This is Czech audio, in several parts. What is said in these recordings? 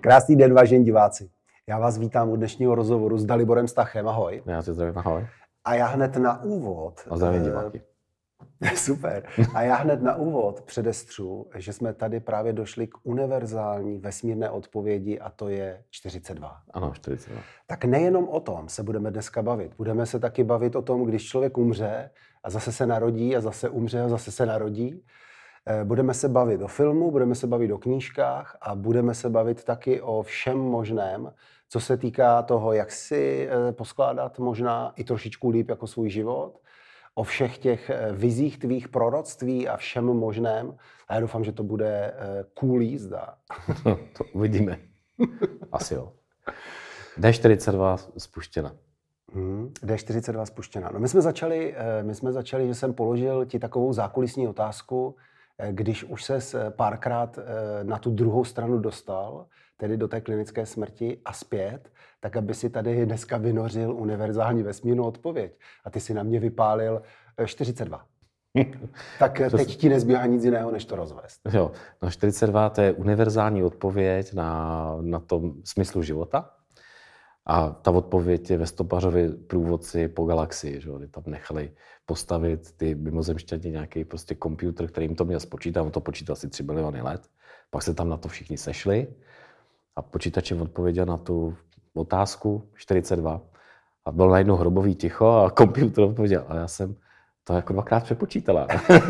Krásný den, vážení diváci. Já vás vítám u dnešního rozhovoru s Daliborem Stachem. Ahoj. Já tě zdravím, ahoj. A já hned na úvod... A zdravím diváky. Super. A já hned na úvod předestřu, že jsme tady právě došli k univerzální vesmírné odpovědi a to je 42. Ano, 42. Tak nejenom o tom se budeme dneska bavit. Budeme se taky bavit o tom, když člověk umře a zase se narodí a zase umře a zase se narodí. Budeme se bavit o filmu, budeme se bavit o knížkách a budeme se bavit taky o všem možném, co se týká toho, jak si poskládat možná i trošičku líp jako svůj život, o všech těch vizích tvých proroctví a všem možném. A já doufám, že to bude cool jízda. To uvidíme. Asi jo. D42 spuštěna. D42 spuštěna. No my jsme začali, že jsem položil ti takovou zákulisní otázku, když už ses párkrát na tu druhou stranu dostal, tedy do té klinické smrti a zpět, tak aby si tady dneska vynořil univerzální vesmírnou odpověď. A ty si na mě vypálil 42. Tak teď ti nezbývá nic jiného, než to rozvést. Jo, no 42 to je univerzální odpověď na tom smyslu života. A ta odpověď je ve Stopařově průvodci po galaxii, že oni tam nechali postavit ty mimozemšťani nějaký prostě počítač, který jim to měl spočítat, on to počítal asi 3 biliony let, pak se tam na to všichni sešli a počítač jim odpověděl na tu otázku 42 a bylo najednou hrobový ticho a počítač odpověděl, a já jsem to jako 2krát přepočítala.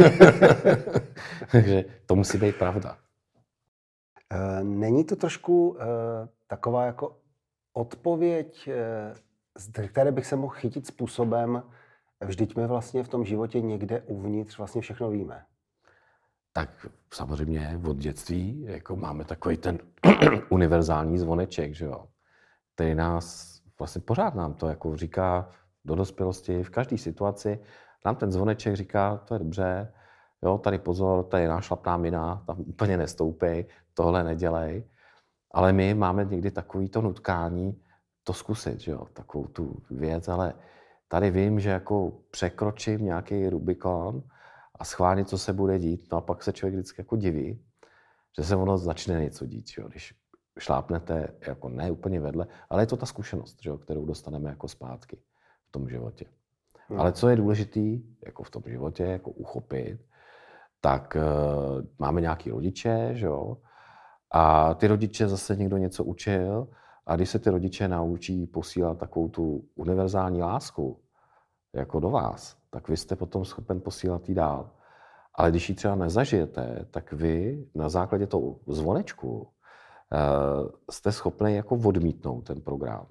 Takže to musí být pravda. Není to trošku taková jako odpověď, které bych se mohl chytit způsobem, vždyť my vlastně v tom životě někde uvnitř vlastně všechno víme. Tak samozřejmě od dětství jako máme takový ten univerzální zvoneček, že jo, který nás vlastně pořád nám to jako říká do dospělosti, v každé situaci nám ten zvoneček říká, to je dobře, jo, tady pozor, tady je nášlapná mina, tam úplně nestoupej, tohle nedělej. Ale my máme někdy takový to nutkání to zkusit, že jo, takovou tu věc, ale tady vím, že jako překročím nějaký Rubikon a schválně, co se bude dít, no a pak se člověk vždycky jako diví, že se ono začne něco dít, že jo, když šlápnete jako ne úplně vedle, ale je to ta zkušenost, že jo, kterou dostaneme jako zpátky v tom životě. Ale co je důležitý jako v tom životě, jako uchopit, tak máme nějaký rodiče, že jo, a ty rodiče zase někdo něco učil a když se ty rodiče naučí posílat takovou tu univerzální lásku jako do vás, tak vy jste potom schopen posílat ji dál. Ale když ji třeba nezažijete, tak vy na základě toho zvonečku jste schopni jako odmítnout ten program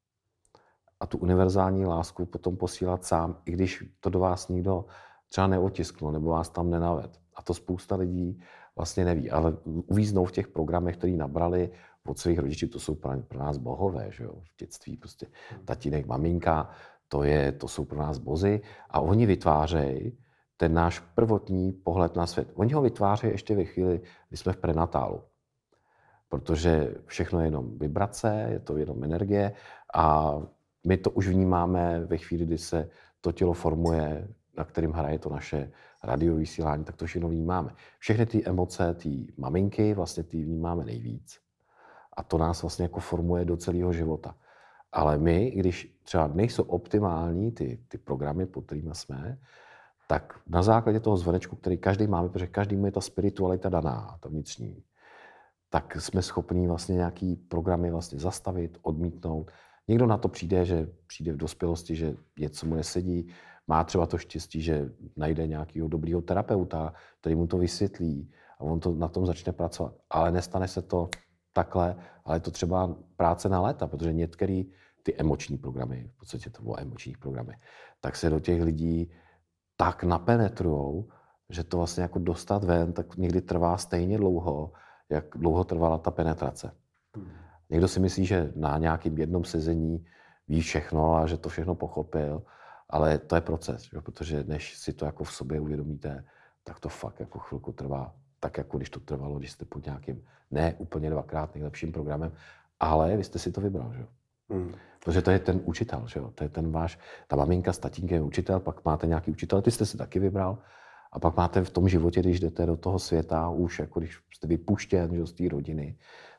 a tu univerzální lásku potom posílat sám, i když to do vás nikdo třeba neotisknul nebo vás tam nenaved. A to spousta lidí vlastně neví, ale uvíznou v těch programech, které nabrali od svých rodičů, to jsou pro nás bohové, že jo, v dětství prostě tatínek, maminka, to jsou pro nás bozy a oni vytvářejí ten náš prvotní pohled na svět. Oni ho vytvářejí ještě ve chvíli, kdy jsme v prenatálu, protože všechno je jenom vibrace, je to jenom energie a my to už vnímáme ve chvíli, kdy se to tělo formuje, na kterým hraje to naše radiové vysílání, tak to všechno vnímáme. Všechny ty emoce, ty maminky, vlastně ty vnímáme nejvíc. A to nás vlastně jako formuje do celého života. Ale my, když třeba nejsou optimální ty programy, pod kterými jsme, tak na základě toho zvonečku, který každý máme, protože každému je ta spiritualita daná, ta vnitřní, tak jsme schopni vlastně nějaký programy vlastně zastavit, odmítnout. Někdo na to přijde, že přijde v dospělosti, že něco mu nesedí, má třeba to štěstí, že najde nějakého dobrýho terapeuta, který mu to vysvětlí a on to na tom začne pracovat. Ale nestane se to takhle, ale je to třeba práce na léta, protože některé ty emoční programy, v podstatě to bylo emočních programy, tak se do těch lidí tak napenetrujou, že to vlastně jako dostat ven, tak někdy trvá stejně dlouho, jak dlouho trvala ta penetrace. Někdo si myslí, že na nějakém jednom sezení ví všechno a že to všechno pochopil, ale to je proces, že? Protože než si to jako v sobě uvědomíte, tak to fakt jako chvilku trvá. Tak jako když to trvalo, když jste pod nějakým ne úplně 2x nejlepším programem, ale vy jste si to vybral, že? Protože to je ten učitel, že jo? To je ten váš, ta maminka s tatínkem je učitel, pak máte nějaký učitel, ty jste si taky vybral. A pak máte v tom životě, když jdete do toho světa, už jako když jste vypuštěn, že, z té rodiny,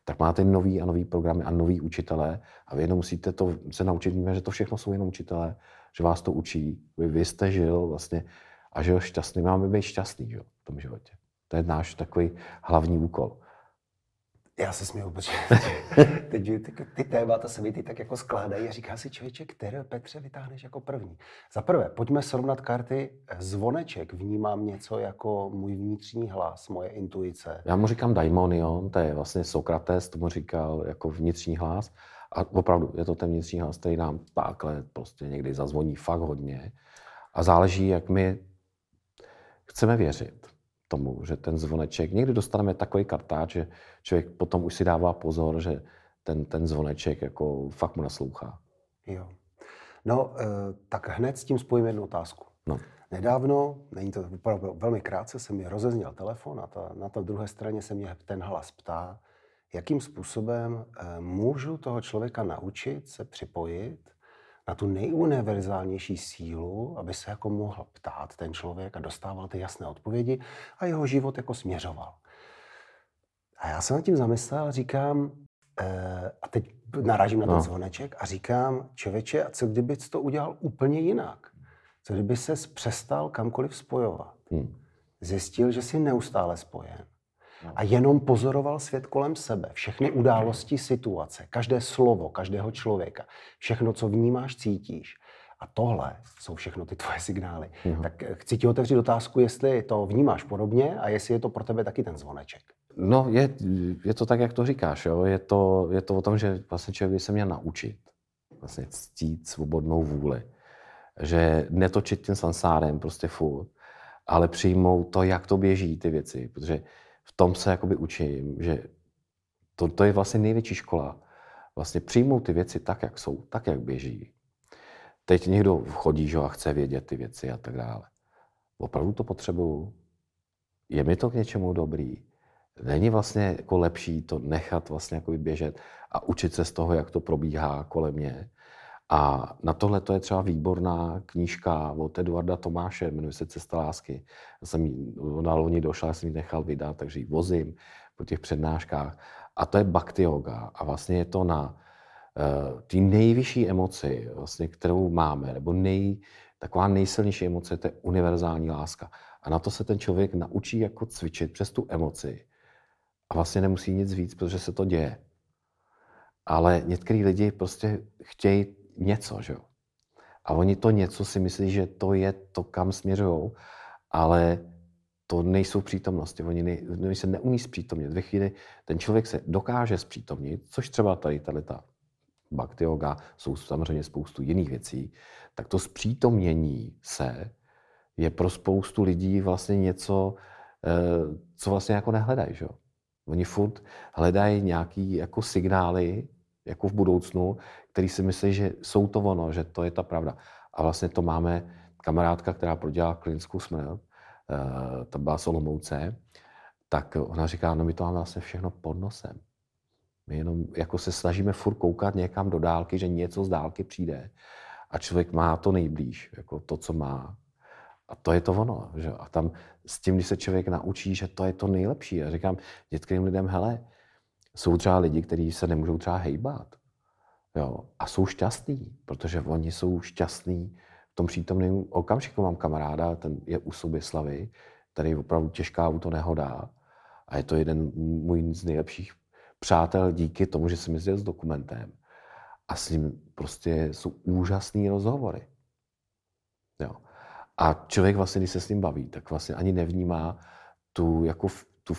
tak máte nový a nový programy a nový učitelé a vy jenom musíte to se naučit, že to všechno jsou jenom učitelé, že vás to učí. Vy jste žil vlastně a žil šťastný. Máme být šťastný, že, v tom životě. To je náš takový hlavní úkol. Já se směju, protože teď ty témata se mi ty tak jako skládají a říká si člověče, které, Petře, vytáhneš jako první. Za prvé, pojďme srovnat karty. Zvoneček vnímám něco jako můj vnitřní hlas, moje intuice. Já mu říkám daimonion, to je vlastně Sokrates, tomu říkal jako vnitřní hlas. A opravdu je to ten vnitřní hlas, který nám takhle prostě někdy zazvoní fakt hodně. A záleží, jak my chceme věřit tomu, že ten zvoneček, někdy dostaneme takový kartáč, že člověk potom už si dává pozor, že ten zvoneček jako fakt mu naslouchá. Jo. No, tak hned s tím spojím jednu otázku. No. Nedávno, není to opravdu velmi krátce, se mi rozezněl telefon a na té druhé straně se mě ten hlas ptá, jakým způsobem můžu toho člověka naučit se připojit na tu nejuniverzálnější sílu, aby se jako mohl ptát ten člověk a dostával ty jasné odpovědi a jeho život jako směřoval. A já se nad tím zamyslel a říkám, a teď narážím na ten zvoneček a říkám, člověče, a co kdyby to udělal úplně jinak? Co kdyby ses přestal kamkoliv spojovat? Zjistil, že jsi neustále spojen. A jenom pozoroval svět kolem sebe, všechny události, situace, každé slovo, každého člověka, všechno, co vnímáš, cítíš. A tohle jsou všechno ty tvoje signály. Tak chci ti otevřít otázku, jestli to vnímáš podobně a jestli je to pro tebe taky ten zvoneček. No, je to tak, jak to říkáš. Jo? Je to o tom, že vlastně člověk by se měl naučit vlastně ctít svobodnou vůli. Že netočit tím sansárem prostě furt, ale přijmout to, jak to běží ty věci. Protože v tom se jakoby učím, že to je vlastně největší škola. Vlastně přijmout ty věci tak, jak jsou, tak, jak běží. Teď někdo chodí, že, a chce vědět ty věci a tak dále. Opravdu to potřebuju? Je mi to k něčemu dobrý? Není vlastně jako lepší to nechat vlastně jakoby běžet a učit se z toho, jak to probíhá kolem mě? A na tohle to je třeba výborná knížka od Eduarda Tomáše, jmenuje se Cesta lásky. Já jsem na loni došla, já jsem ji nechal vydat, takže ji vozím po těch přednáškách. A to je bhakti yoga. A vlastně je to na té nejvyšší emoci, vlastně, kterou máme, nebo taková nejsilnější emoce, to je univerzální láska. A na to se ten člověk naučí jako cvičit přes tu emoci. A vlastně nemusí nic víc, protože se to děje. Ale některý lidi prostě chtějí něco, že jo. A oni to něco si myslí, že to je to, kam směřují, ale to nejsou přítomnosti. Oni se neumí zpřítomnit. Ve chvíli ten člověk se dokáže zpřítomnit, což třeba tady ta bhakti yoga, jsou samozřejmě spoustu jiných věcí, tak to zpřítomnění se je pro spoustu lidí vlastně něco, co vlastně jako nehledají, že jo. Oni furt hledají nějaký jako signály, jako v budoucnu, který si myslí, že jsou to ono, že to je ta pravda. A vlastně to máme kamarádka, která prodělala klinickou smrt, ta byla z Olomouce, tak ona říká, no my to máme vlastně všechno pod nosem. My jenom jako se snažíme furt koukat někam do dálky, že něco z dálky přijde a člověk má to nejblíž, jako to, co má. A to je to ono. Že? A tam s tím, když se člověk naučí, že to je to nejlepší. Já říkám některým lidem, hele, jsou třeba lidi, kteří se nemůžou třeba hejbat. Jo? A jsou šťastní, protože oni jsou šťastní v tom přítomném okamžiku. Mám kamaráda, ten je u Soběslavy, který je opravdu těžká autonehoda a je to jeden můj z nejlepších přátel díky tomu, že jsem jezdil s dokumentem. A s ním prostě jsou úžasný rozhovory. Jo. A člověk vlastně, když se s ním baví, tak vlastně ani nevnímá tu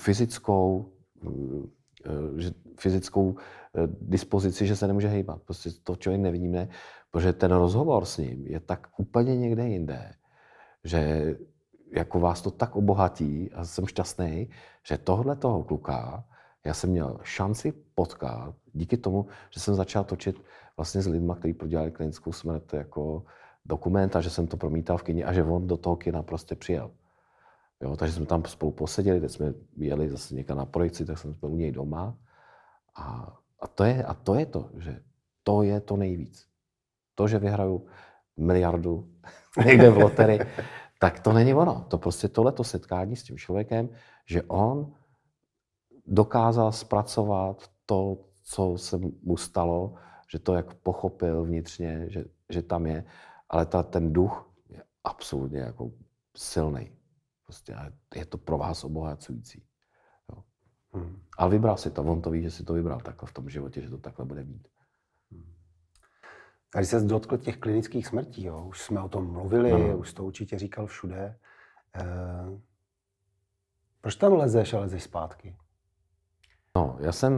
fyzickou dispozici, že se nemůže hejbat. Prostě to člověk nevníme, protože ten rozhovor s ním je tak úplně někde jinde, že jako vás to tak obohatí a jsem šťastný, že tohle toho kluka já jsem měl šanci potkat díky tomu, že jsem začal točit vlastně s lidmi, kteří prodělali klinickou smrt jako dokument a že jsem to promítal v kině a že on do toho kina prostě přijel. Jo, takže jsme tam spolu poseděli, teď jsme jeli zase někam na projekci, tak jsme u něj doma. A to je to, že to je to nejvíc. To, že vyhraju miliardu někde v loterii, tak to není ono. To prostě tohleto setkání s tím člověkem, že on dokázal zpracovat to, co se mu stalo, že to jako pochopil vnitřně, že tam je, ale ten duch je absolutně jako silný. Prostě je to pro vás obohacující. Jo. Ale vybral si to, on to ví, že si to vybral takhle v tom životě, že to takhle bude být. A když se dotkl těch klinických smrtí, jo, už jsme o tom mluvili, už to určitě říkal všude. Proč tam lezeš a lezeš zpátky? No,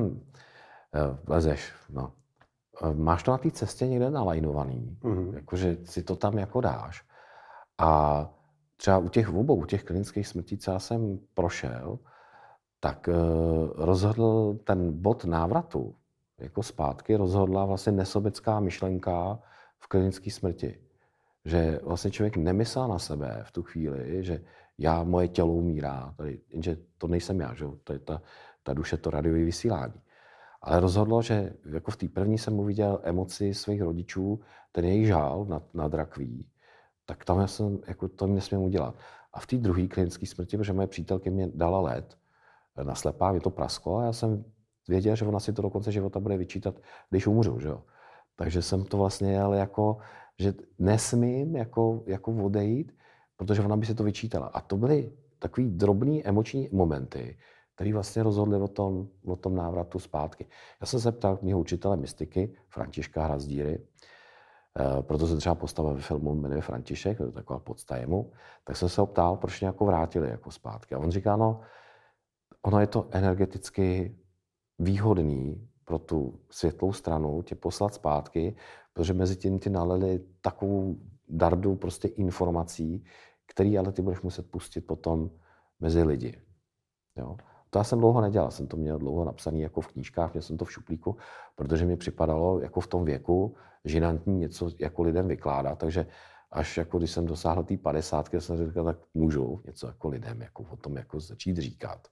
lezeš, no. Máš to na té cestě někde nalajnovaný, jakože si to tam jako dáš. A třeba u těch klinických smrtí, co já jsem prošel, tak rozhodl ten bod návratu jako zpátky, rozhodla vlastně nesobecká myšlenka v klinické smrti. Že vlastně člověk nemyslel na sebe v tu chvíli, že moje tělo umírá, jenže to nejsem já, že? To je ta duše, to radiové vysílání. Ale rozhodlo, že jako v té první jsem uviděl emoci svých rodičů, ten jejich žál nad rakví, tak tam jako to nesmím udělat. A v té druhé klinické smrti, protože moje přítelky mě dala led na slepá, mě to prasklo a já jsem věděl, že ona si to do konce života bude vyčítat, když umřu, že jo. Takže jsem to vlastně jel jako, že nesmím jako odejít, protože ona by si to vyčítala. A to byly takový drobný emoční momenty, který vlastně rozhodli o tom návratu zpátky. Já jsem se ptal mého učitele mystiky, Františka Hrazdíry, proto se třeba postava ve filmu jmenuje František, to je taková podsta jemu, tak jsem se ho ptal, proč mě jako vrátili jako zpátky. A on říká, no, ono je to energeticky výhodný pro tu světlou stranu tě poslat zpátky, protože mezi tím ty nalili takovou dardu prostě informací, který ale ty budeš muset pustit potom mezi lidi. Jo? To já jsem dlouho nedělal, jsem to měl dlouho napsaný jako v knížkách, měl jsem to v šuplíku, protože mi připadalo jako v tom věku žinantní něco jako lidem vykládat, takže až jako když jsem dosáhl té 50, jsem říkal, tak můžu něco jako lidem jako o tom jako začít říkat.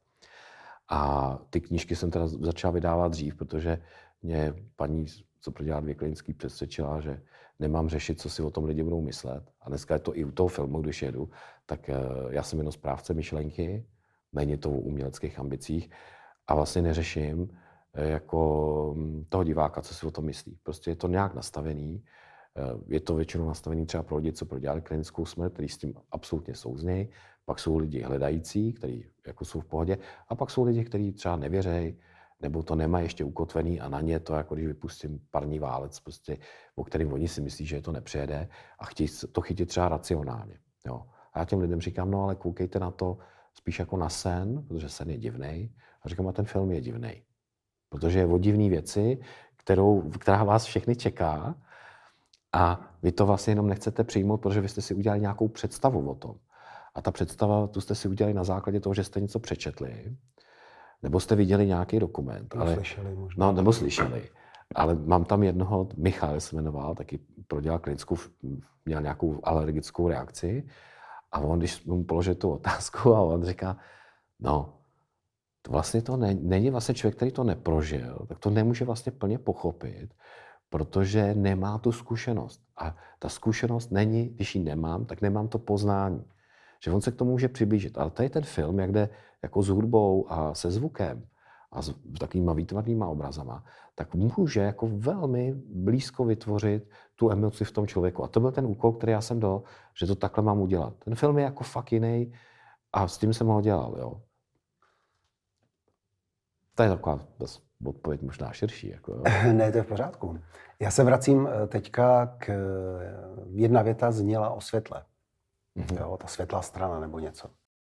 A ty knížky jsem teda začal vydávat dřív, protože mě paní, co prodělala 2 klinický, přesvědčila, že nemám řešit, co si o tom lidi budou myslet. A dneska je to i u toho filmu, když jedu, tak já jsem jenom správce myšlenky, není to o uměleckých ambicích a vlastně neřeším jako toho diváka, co si o tom myslí. Prostě je to nějak nastavený. Je to většinou nastavený třeba pro lidi, co prodělali klinickou smrt, kteří s tím absolutně souznějí. Pak jsou lidi hledající, kteří jako jsou v pohodě. A pak jsou lidi, kteří třeba nevěřejí, nebo to nemají ještě ukotvený a na ně to, jako když vypustím parní válec, prostě, o kterým oni si myslí, že to nepřejede a chtějí to chytit třeba racionálně. Jo. A já těm lidem říkám, no ale koukejte na to spíš jako na sen, protože sen je divnej. A říkám, a ten film je divnej. Protože je o divný věci, která vás všechny čeká a vy to vlastně jenom nechcete přijmout, protože vy jste si udělali nějakou představu o tom. A ta představa, tu jste si udělali na základě toho, že jste něco přečetli, nebo jste viděli nějaký dokument. Slyšeli možná. No, nebo slyšeli. Ale mám tam jednoho, Michal se jmenoval, taky prodělal klinickou, měl nějakou alergickou reakci. A on, když mu položil tu otázku, a on říká, no, vlastně to není vlastně člověk, který to neprožil, tak to nemůže vlastně plně pochopit, protože nemá tu zkušenost. A ta zkušenost není, když ji nemám, tak nemám to poznání. Že on se k tomu může přiblížit. Ale tady ten film, jak jde jako s hudbou a se zvukem a s takovýma výtvarnýma obrazama, tak může jako velmi blízko vytvořit tu emoci v tom člověku. A to byl ten úkol, který já jsem dal, že to takhle mám udělat. Ten film je jako fakt jiný a s tím jsem ho dělal. Jo. To je taková odpověď možná širší. Jako, jo. Ne, to je v pořádku. Já se vracím teďka jedna věta zněla o světle. Jo, ta světlá strana nebo něco.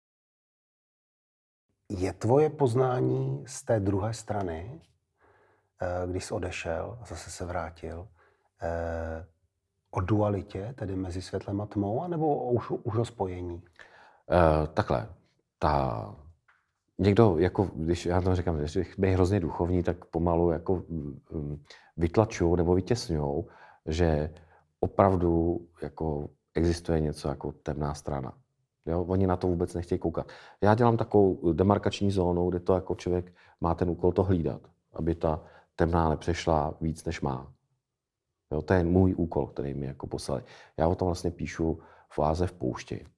Je tvoje poznání z té druhé strany, když jsi odešel a zase se vrátil, o dualitě, tedy mezi světlem a tmou, anebo už o spojení? Takhle. Někdo, jako, když já to říkám, že je hrozně duchovní, tak pomalu jako vytlačují nebo vytěsňují, že opravdu jako existuje něco jako temná strana. Jo? Oni na to vůbec nechtějí koukat. Já dělám takovou demarkační zónu, kde to jako člověk má ten úkol to hlídat, aby ta temná nepřešla víc, než má. Jo? To je můj úkol, který mi jako poslali. Já o tom vlastně píšu v Oáze v poušti.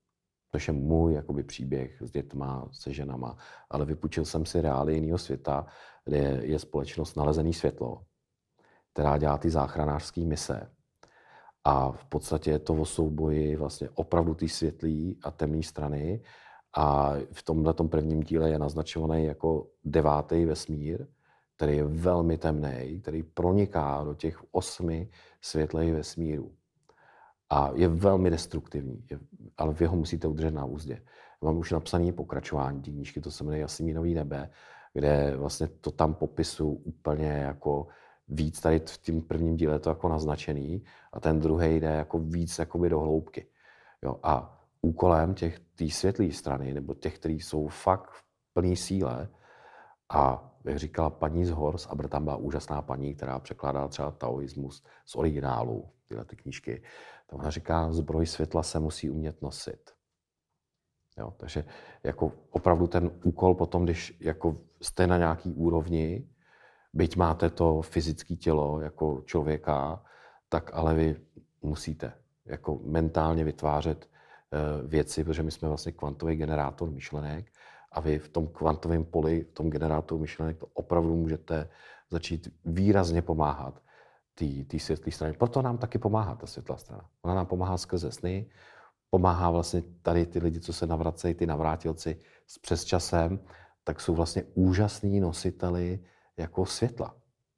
což je můj jakoby příběh s dětma, se ženama, ale vypůjčil jsem si reály jiného světa, kde je společnost Nalezený světlo, která dělá ty záchranářské mise. A v podstatě je to o souboji vlastně opravdu té světlé a temné strany. A v tomhletom prvním díle je naznačovaný jako 9. vesmír, který je velmi temný, který proniká do těch 8 světlých vesmírů. A je velmi destruktivní, ale vy ho musíte udržet na úzdě. Mám už napsané pokračování té knížky, to se jmenuje Jasmínový nebe, kde vlastně to tam popisu úplně jako víc, tady v tím prvním díle je to jako naznačený a ten druhý jde jako víc jakoby do hloubky. Jo, a úkolem té světlé strany, nebo těch, kteří jsou fakt v plné síle, a jak říkala paní z Hors, a tam byla úžasná paní, která překládala třeba taoismus z originálu, tyhle ty knížky, tak ona říká, zbroj světla se musí umět nosit. Jo, takže jako opravdu ten úkol potom, když jako jste na nějaký úrovni, byť máte to fyzické tělo jako člověka, tak ale vy musíte jako mentálně vytvářet věci, protože my jsme vlastně kvantový generátor myšlenek a vy v tom kvantovém poli, v tom generátoru myšlenek, to opravdu můžete začít výrazně pomáhat té světlé straně. Proto nám taky pomáhá ta světlá strana. Ona nám pomáhá skrze sny, pomáhá vlastně tady ty lidi, co se navracejí, ty navrátilci s přesčasem, tak jsou vlastně úžasní nositeli jako světla.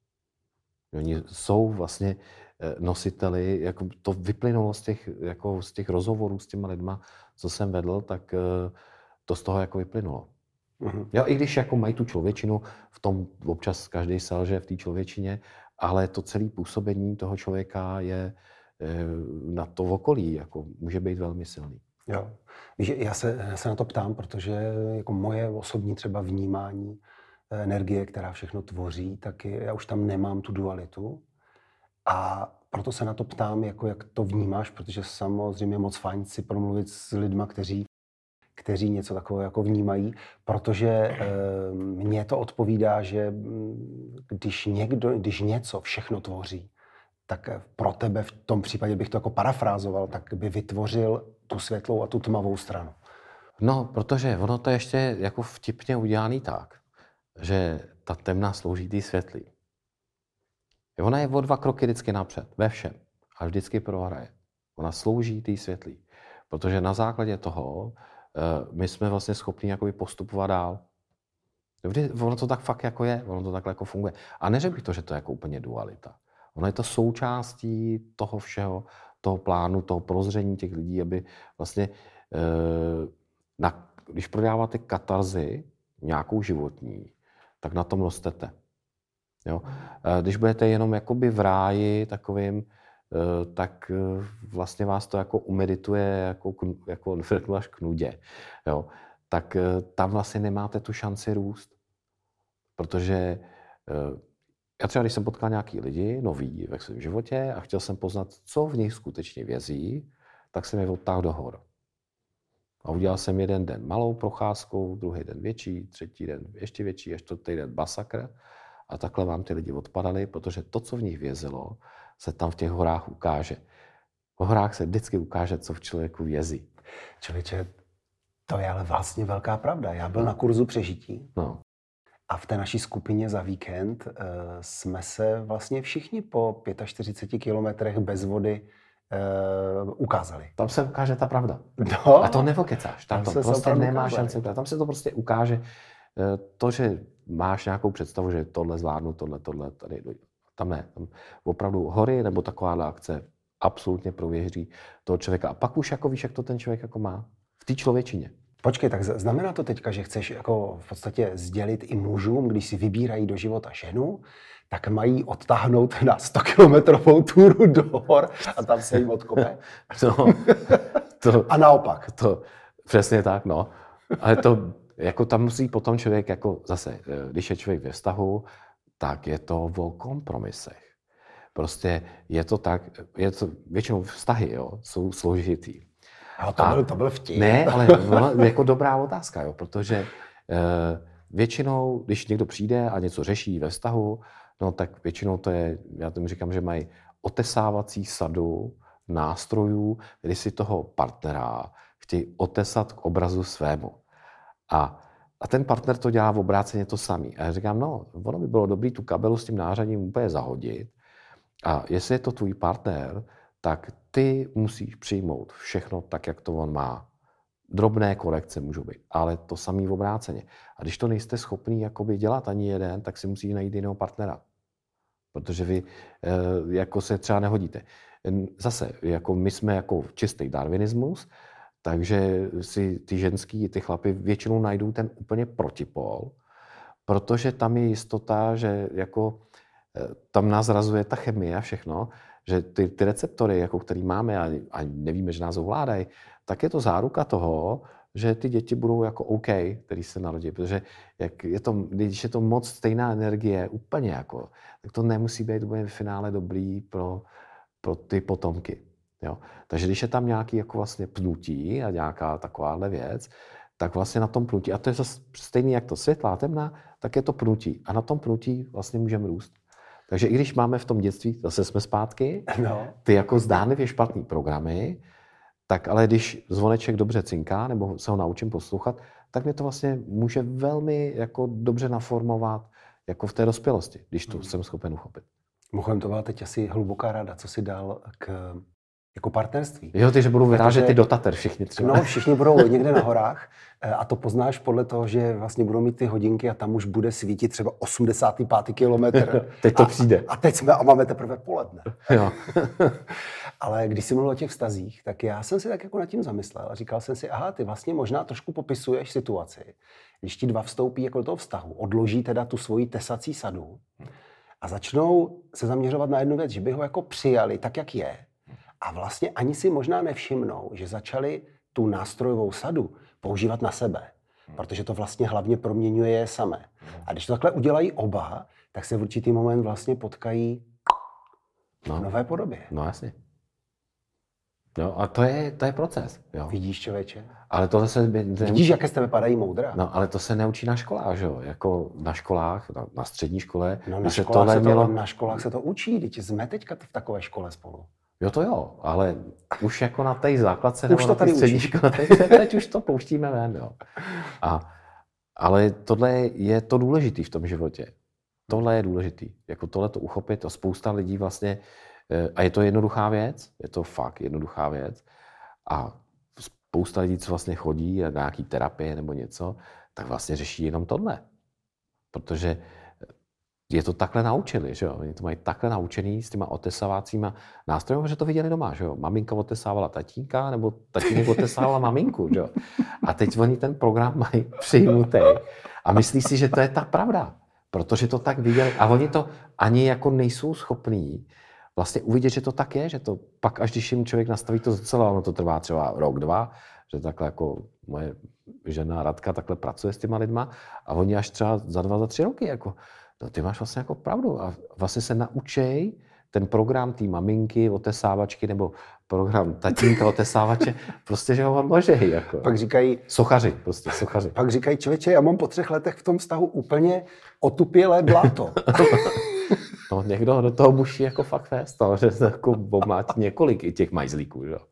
Oni jsou vlastně nositeli, jako to vyplynulo z těch rozhovorů s těma lidma, co jsem vedl, tak to z toho jako vyplynulo. Mm-hmm. Jo, i když jako mají tu člověčinu, v tom občas každý selže v té člověčině, ale to celé působení toho člověka je na to okolí, jako může být velmi silný. Jo. Víš, já se na to ptám, protože jako moje osobní třeba vnímání energie, která všechno tvoří, tak já už tam nemám tu dualitu. A proto se na to ptám, jako jak to vnímáš, protože samozřejmě je moc fajn si promluvit s lidma, kteří něco takového jako vnímají, protože mně to odpovídá, že když něco všechno tvoří, tak pro tebe v tom případě bych to jako parafrázoval, tak by vytvořil tu světlou a tu tmavou stranu. No, protože ono to ještě jako vtipně udělaný tak, že ta temná slouží té světlý. Ona je o 2 kroky vždycky napřed, ve všem. A vždycky prohraje. Ona slouží té světlý. Protože na základě toho my jsme vlastně schopni jakoby postupovat dál. Ono to tak fakt jako je, ono to takhle jako funguje. A neřekl bych to, že to je jako úplně dualita. Ono je to součástí toho všeho, toho plánu, toho prozření těch lidí, aby vlastně, když prodáváte katarzy nějakou životní, tak na tom rostete. Jo? Když budete jenom jakoby v ráji takovým, tak vlastně vás to jako umedituje, jako řeknu až k nudě. Jo? Tak tam vlastně nemáte tu šanci růst. Protože já třeba, když jsem potkal nějaký lidi, nový ve svém životě a chtěl jsem poznat, co v nich skutečně vězí, tak jsem je odtáhl do hor. A udělal jsem jeden den malou procházkou, druhý den větší, třetí den ještě větší, až čtvrtý den masakr. A takhle vám ty lidi odpadali, protože to, co v nich vězelo, se tam v těch horách ukáže. V horách se vždycky ukáže, co v člověku vězí. Člověče, to je ale vlastně velká pravda. Já byl na kurzu přežití. No. A v té naší skupině za víkend jsme se vlastně všichni po 45 kilometrech bez vody ukázali. Tam se ukáže ta pravda. No, a to nepokecáš. Tam to prostě nemá šanci. Tam se to prostě ukáže. To, že máš nějakou představu, že tohle zvládnu, tohle, tady. Tam ne. Tam opravdu hory nebo taková akce absolutně prověří toho člověka. A pak už jako víš, jak to ten člověk jako má. V té člověčině. Počkej, tak znamená to teďka, že chceš jako v podstatě sdělit i mužům, když si vybírají do života ženu, tak mají odtáhnout na 100kilometrovou túru do hor a tam se jim odkope? A naopak. To, přesně tak, no. Ale to, jako tam musí potom člověk, jako zase, když je člověk ve vztahu, tak je to o kompromisech. Prostě je to tak, většinou vztahy, jo, jsou složitý. To byl vtip. Ne, ale jako dobrá otázka, jo, protože většinou, když někdo přijde a něco řeší ve vztahu, no tak většinou to je, já tomu říkám, že mají otesávací sadu nástrojů, kdy si toho partnera chtějí otesat k obrazu svému. A ten partner to dělá v obráceně to samý. A já říkám, no, ono by bylo dobré tu kabelu s tím nářadím úplně zahodit. A jestli je to tvůj partner, tak ty musíš přijmout všechno tak, jak to on má. Drobné korekce můžou být, ale to samý v obráceně. A když to nejste schopný jakoby dělat ani jeden, tak si musíš najít jiného partnera. Protože vy jako se třeba nehodíte. Zase, jako my jsme jako čistý darwinismus, takže si ty ženský, ty chlapy většinou najdou ten úplně protipol, protože tam je jistota, že jako tam nás zrazuje ta chemie a všechno, že ty receptory, jako který máme a nevíme, že nás ovládají, tak je to záruka toho, že ty děti budou jako OK, který se narodí, protože když je to moc stejná energie, úplně jako, tak to nemusí být v finále dobrý pro ty potomky. Jo? Takže když je tam nějaký jako vlastně pnutí a nějaká takováhle věc, tak vlastně na tom pnutí, a to je zase stejný jak to světlá, temná, tak je to pnutí. A na tom pnutí vlastně můžeme růst. Takže i když máme v tom dětství, zase jsme zpátky, ty jako zdánlivě špatný programy, tak ale když zvoneček dobře cinká, nebo se ho naučím poslouchat, tak mě to vlastně může velmi jako dobře naformovat jako v té dospělosti, když to jsem schopen uchopit. Mimochodem, to byla teď asi hluboká rada, co si dal jako partnerství. Jo, takže budou vyrážet ty do Tater všichni třeba. No, všichni budou někde na horách a to poznáš podle toho, že vlastně budou mít ty hodinky a tam už bude svítit třeba 85. kilometr. Teď to přijde. A teď máme teprve poledne. Jo. Ale když jsi mluvil o těch vztazích, tak já jsem si tak jako nad tím zamyslel a říkal jsem si, aha, ty vlastně možná trošku popisuješ situaci, když ti dva vstoupí jako do toho vztahu, odloží teda tu svoji tesací sadu a začnou se zaměřovat na jednu věc, že by ho jako přijali tak, jak je. A vlastně ani si možná nevšimnou, že začali tu nástrojovou sadu používat na sebe. Protože to vlastně hlavně proměňuje je samé. A když to takhle udělají oba, tak se v určitý moment vlastně potkají v nové podobě. No jasně. Jo, a to je proces. Jo. Vidíš, člověče? Ale to se Vidíš, jaké z tebe padají moudra? No, ale to se neučí na školách, že jo? Jako na školách, na střední škole. No, na školách se to učí, teď jsme teďka v takové škole spolu. Jo, to jo, ale už jako na té základce nebo na té střední škole, teď už to pouštíme ven, jo. Ale tohle je to důležitý v tom životě. Tohle je důležitý. Jako tohle to uchopit a spousta lidí vlastně, a je to jednoduchá věc, je to fakt jednoduchá věc a spousta lidí, co vlastně chodí na nějaký terapie nebo něco, tak vlastně řeší jenom tohle. Protože je to takhle naučili, že jo? Oni to mají takhle naučený s těma otesávacíma nástroji, že to viděli doma, že jo? Maminka otesávala tatínka, nebo tatínek otesával maminku, že jo? A teď oni ten program mají přijmutý a myslí si, že to je ta pravda, protože to tak viděli. A oni to ani jako nejsou schopní vlastně uvidět, že to tak je, že to pak, až když jim člověk nastaví to zcela, ono to trvá třeba rok, 2, že takhle jako moje žena Radka takhle pracuje s těma lidma a oni až třeba za 2, za 3 roky jako no, ty máš vlastně jako pravdu a vlastně se naučej ten program té maminky, otesávačky nebo program tatínka, otesávače, prostě, že ho odložej. Jako. Pak říkají... Sochaři. Pak říkají, člověče, já mám po 3 letech v tom vztahu úplně otupělé bláto. No, někdo do toho musí jako fakt vést, že se jako omlátí několik i těch majzlíků. Že?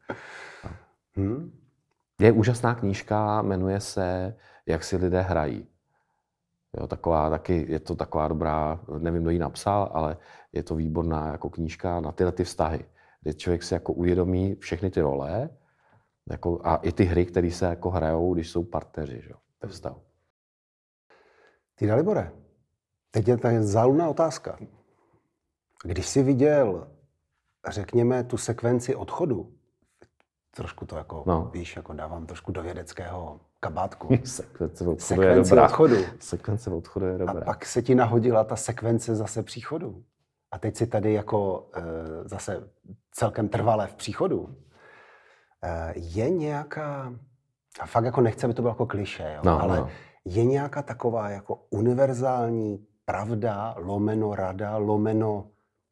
Je úžasná knížka, jmenuje se Jak si lidé hrají. Jo, je to taková dobrá, nevím, kdo ji napsal, ale je to výborná jako knížka na tyhle ty vztahy, kde člověk si jako uvědomí všechny ty role jako, a i ty hry, které se jako hrajou, když jsou partneři, že, ve vztahu. Ty Dalibore, teď je ta záludná otázka. Když jsi viděl, řekněme, tu sekvenci odchodu, trošku to jako, víš, jako dávám trošku do vědeckého kabátku. Sekvence odchodu je dobrá. A pak se ti nahodila ta sekvence zase příchodu. A teď si tady jako zase celkem trvale v příchodu. Je nějaká, a fakt jako nechci, aby to bylo jako klišé, jo, ale je nějaká taková jako univerzální pravda, lomeno rada, lomeno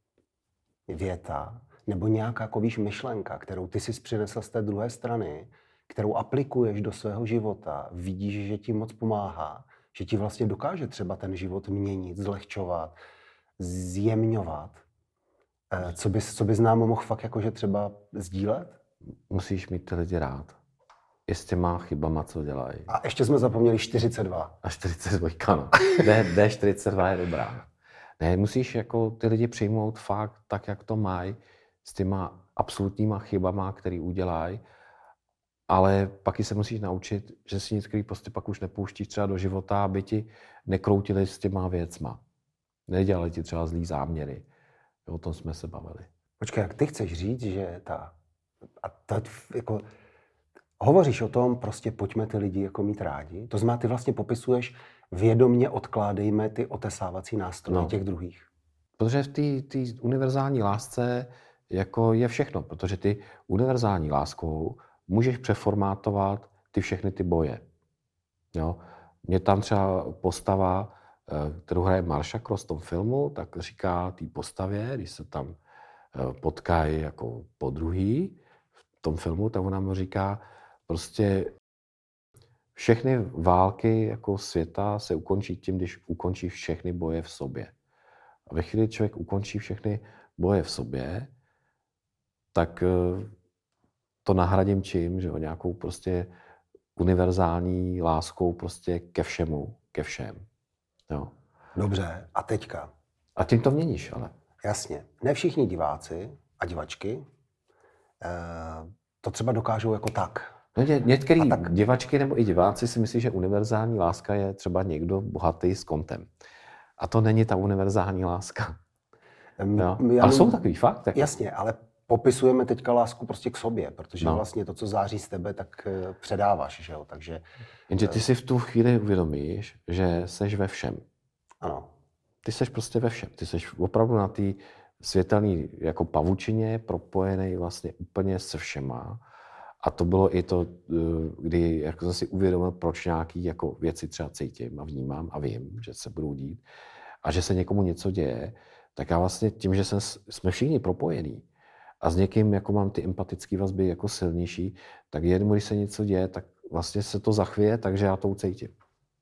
věta, nebo nějaká, jako víš, myšlenka, kterou ty jsi přinesl z té druhé strany, kterou aplikuješ do svého života, vidíš, že ti moc pomáhá, že ti vlastně dokáže třeba ten život měnit, zlehčovat, zjemňovat. Co bys nám mohl fakt jakože třeba sdílet? Musíš mít ty lidi rád. i s těma chybama, co dělají. A ještě jsme zapomněli 42. A 42, no. D42 je dobrá. Ne, musíš jako ty lidi přijmout fakt tak, jak to mají, s těma absolutníma chybama, který udělají, ale pak se musíš naučit, že si některý prostě pak už nepouštíš třeba do života, aby ti nekroutili s těma věcma. Nedělali ti třeba zlý záměry. O tom jsme se bavili. Počkej, jak ty chceš říct, že jako, hovoříš o tom, prostě pojďme ty lidi jako mít rádi. To znamená, ty vlastně popisuješ, vědomně odkládejme ty otesávací nástroje těch druhých. Protože v té univerzální lásce jako je všechno, protože ty univerzální láskou můžeš přeformátovat ty všechny ty boje. Jo? Mě tam třeba postava, kterou hraje Marsha Cross v tom filmu, tak říká té postavě, když se tam potkají jako podruhý v tom filmu, tak ona mu říká, prostě všechny války jako světa se ukončí tím, když ukončí všechny boje v sobě. A ve chvíli člověk ukončí všechny boje v sobě, tak to nahradím čím, že jo, nějakou prostě univerzální láskou prostě ke všemu, ke všem. Jo. Dobře, a teďka? A tím to měníš, ale. Jasně. Ne všichni diváci a divačky to třeba dokážou jako tak. No, některý divačky nebo i diváci si myslí, že univerzální láska je třeba někdo bohatý s kontem. A to není ta univerzální láska. Ale jsou takový fakt. Tak. Jasně, ale popisujeme teďka lásku prostě k sobě, protože vlastně to, co září z tebe, tak předáváš, že jo, takže... Jenže ty si v tu chvíli uvědomíš, že seš ve všem. Ano. Ty seš prostě ve všem. Ty seš opravdu na té světelné jako pavučině propojený vlastně úplně se všema. A to bylo i to, kdy jako jsem si uvědomil, proč nějaké jako věci třeba cítím a vnímám a vím, že se budou dít a že se někomu něco děje, tak já vlastně tím, že jsme všichni propojení a s někým jako mám ty empatické vazby jako silnější, tak jednou, když se něco děje, tak vlastně se to zachvěje, takže já to ucítím.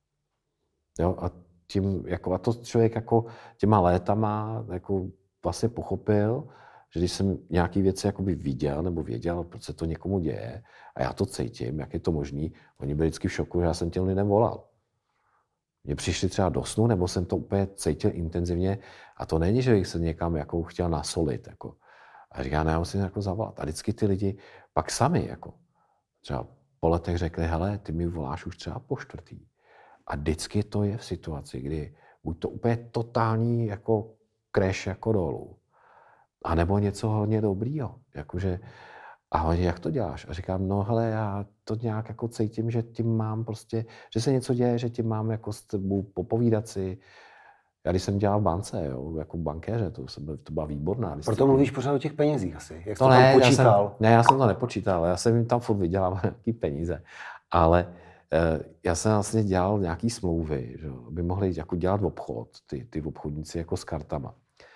Jo? A tím, jako, a to člověk jako těma létama jako vlastně pochopil, že když jsem nějaký věci jakoby viděl nebo věděl, proč se to někomu děje a já to cítím, jak je to možný, oni byli vždycky v šoku, že já jsem těm lidem volal. Mně přišli třeba do snu, nebo jsem to úplně cítil intenzivně a to není, že bych se někam jako chtěl nasolit. Jako. A říká, ne, já musím jako zavolat. A vždycky ty lidi pak sami jako třeba po letech řekli, hele, ty mi voláš už třeba po čtvrtý. A vždycky to je v situaci, kdy buď to úplně totální jako crash jako dolů, a nebo něco hodně dobrýho. Jakože, ahoj, jak to děláš? A říkám, no hele, já to nějak jako cítím, že tím mám prostě, že se něco děje, že tím mám jako s tebou popovídat si. Já když jsem dělal v bance, jo, jako bankéře, to byla výborná disciplína. Proto mluvíš pořád o těch penězích asi. Jak to to ne, tam počítal? Já jsem to nepočítal, já jsem jim tam furt vydělával nějaký peníze. Ale já jsem vlastně dělal nějaký smlouvy, že, aby mohli jako dělat obchod, ty obchodníci jako s kartama.